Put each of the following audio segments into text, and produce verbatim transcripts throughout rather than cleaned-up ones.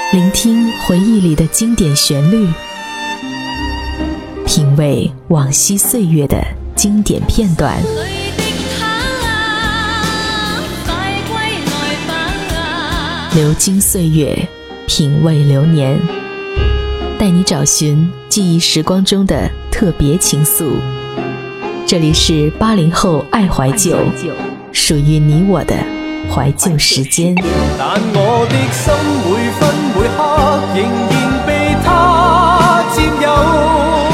聆听回忆里的经典旋律，品味往昔岁月的经典片段。流金岁月，品味流年，带你找寻记忆时光中的特别情愫。这里是八零后爱怀旧，属于你我的怀旧时间。 但我的心每分每刻仍然被它佔有。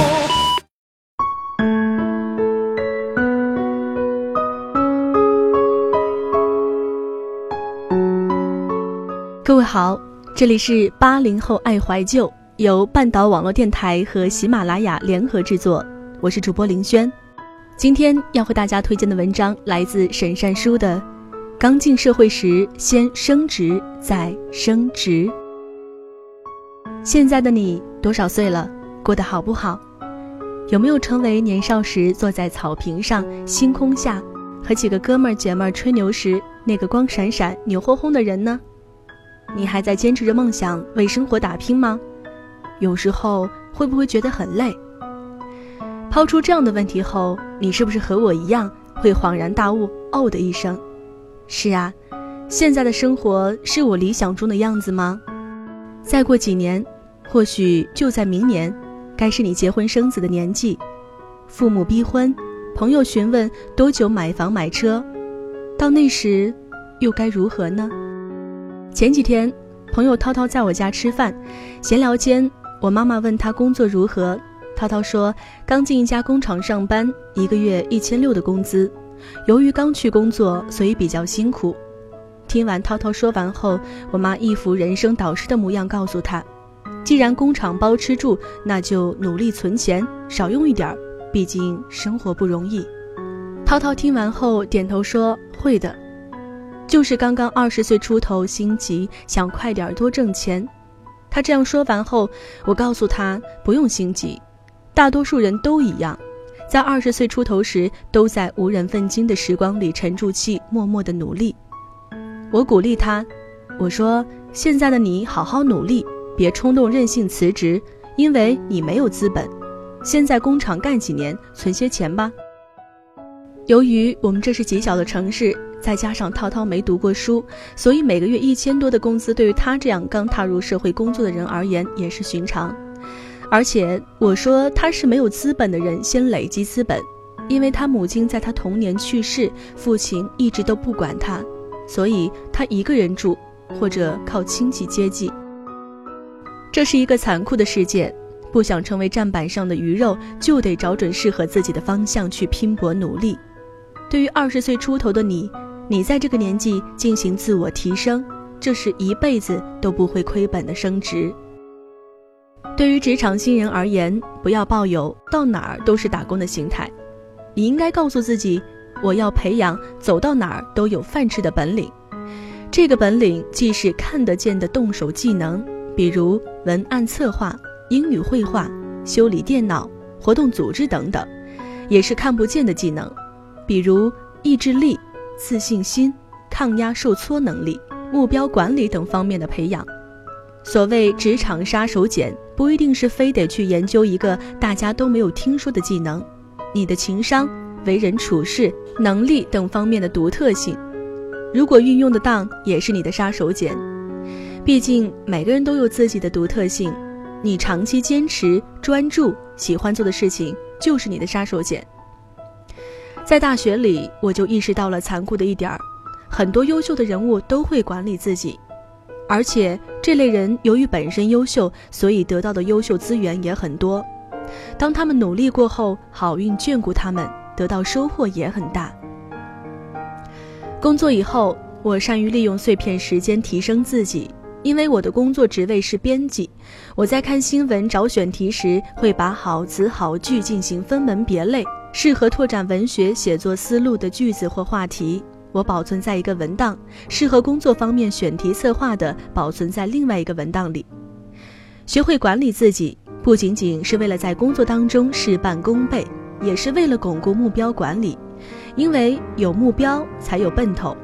各位好，这里是八零后爱怀旧，由半岛网络电台和喜马拉雅联合制作，我是主播林轩。今天要和大家推荐的文章来自沈善书的刚进社会时，先升职再升职。现在的你多少岁了？过得好不好？有没有成为年少时坐在草坪上，星空下和几个哥们儿姐们儿吹牛时那个光闪闪牛哄哄的人呢？你还在坚持着梦想，为生活打拼吗？有时候会不会觉得很累？抛出这样的问题后，你是不是和我一样会恍然大悟，哦的一声？是啊，现在的生活是我理想中的样子吗？再过几年，或许就在明年，该是你结婚生子的年纪，父母逼婚，朋友询问多久买房买车，到那时又该如何呢？前几天朋友涛涛在我家吃饭，闲聊间我妈妈问他工作如何，涛涛说刚进一家工厂上班，一个月一千六的工资，由于刚去工作，所以比较辛苦。听完涛涛说完后，我妈一副人生导师的模样告诉他，既然工厂包吃住，那就努力存钱，少用一点，毕竟生活不容易。涛涛听完后点头说会的，就是刚刚二十岁出头，心急，想快点多挣钱。他这样说完后，我告诉他不用心急，大多数人都一样，在二十岁出头时，都在无人问津的时光里沉住气，默默的努力。我鼓励他，我说现在的你好好努力，别冲动任性辞职，因为你没有资本，先在工厂干几年，存些钱吧。由于我们这是极小的城市，再加上涛涛没读过书，所以每个月一千多的工资对于他这样刚踏入社会工作的人而言也是寻常。而且我说他是没有资本的人先累积资本，因为他母亲在他童年去世，父亲一直都不管他，所以他一个人住，或者靠亲戚接济。这是一个残酷的世界，不想成为站板上的鱼肉，就得找准适合自己的方向去拼搏努力。对于二十岁出头的你，你在这个年纪进行自我提升，这是一辈子都不会亏本的升职。对于职场新人而言，不要抱有到哪儿都是打工的心态，你应该告诉自己，我要培养走到哪儿都有饭吃的本领。这个本领既是看得见的动手技能，比如文案策划、英语绘画、修理电脑、活动组织等等，也是看不见的技能，比如意志力、自信心、抗压受挫能力、目标管理等方面的培养。所谓职场杀手锏，不一定是非得去研究一个大家都没有听说的技能，你的情商、为人处事、能力等方面的独特性，如果运用得当，也是你的杀手锏。毕竟每个人都有自己的独特性，你长期坚持、专注、喜欢做的事情，就是你的杀手锏。在大学里，我就意识到了残酷的一点，很多优秀的人物都会管理自己，而且这类人由于本身优秀，所以得到的优秀资源也很多。当他们努力过后，好运眷顾他们，得到收获也很大。工作以后，我善于利用碎片时间提升自己，因为我的工作职位是编辑，我在看新闻找选题时，会把好词好句进行分门别类，适合拓展文学写作思路的句子或话题，我保存在一个文档，适合工作方面选题策划的保存在另外一个文档里。学会管理自己，不仅仅是为了在工作当中事半功倍，也是为了巩固目标管理，因为有目标才有奔头。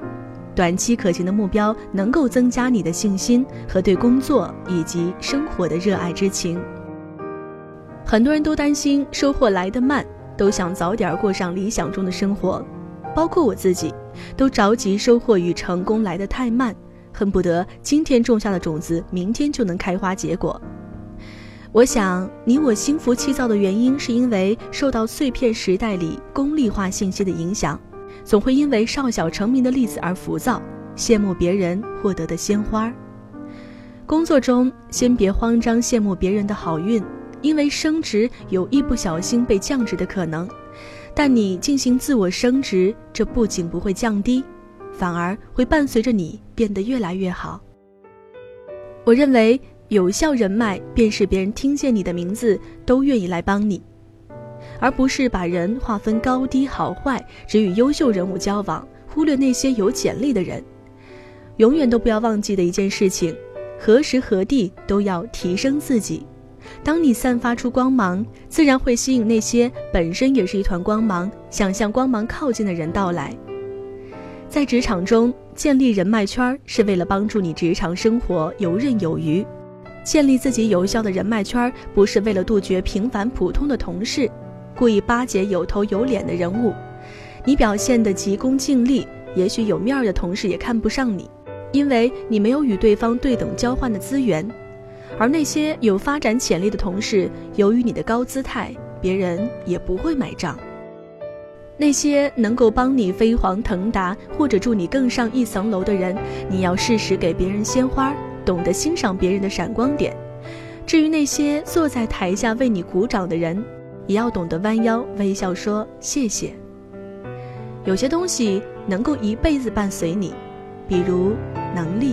短期可行的目标能够增加你的信心和对工作以及生活的热爱之情。很多人都担心收获来得慢，都想早点过上理想中的生活，包括我自己，都着急收获与成功来得太慢，恨不得今天种下的种子明天就能开花结果。我想你我心浮气躁的原因，是因为受到碎片时代里功利化信息的影响，总会因为少小成名的例子而浮躁，羡慕别人获得的鲜花。工作中先别慌张羡慕别人的好运，因为升职有一不小心被降职的可能，但你进行自我升职，这不仅不会降低，反而会伴随着你变得越来越好。我认为有效人脉便是别人听见你的名字都愿意来帮你，而不是把人划分高低好坏，只与优秀人物交往，忽略那些有潜力的人。永远都不要忘记的一件事情，何时何地都要提升自己。当你散发出光芒，自然会吸引那些本身也是一团光芒，想向光芒靠近的人到来。在职场中，建立人脉圈是为了帮助你职场生活游刃有余。建立自己有效的人脉圈，不是为了杜绝平凡普通的同事，故意巴结有头有脸的人物。你表现得急功近利，也许有面儿的同事也看不上你，因为你没有与对方对等交换的资源。而那些有发展潜力的同事，由于你的高姿态，别人也不会买账。那些能够帮你飞黄腾达，或者助你更上一层楼的人，你要适时给别人鲜花，懂得欣赏别人的闪光点。至于那些坐在台下为你鼓掌的人，也要懂得弯腰微笑说谢谢。有些东西能够一辈子伴随你，比如能力；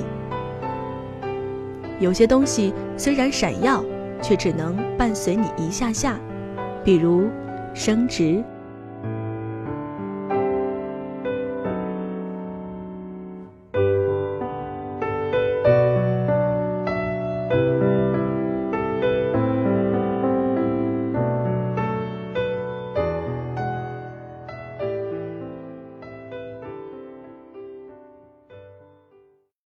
有些东西虽然闪耀，却只能伴随你一下下，比如升职。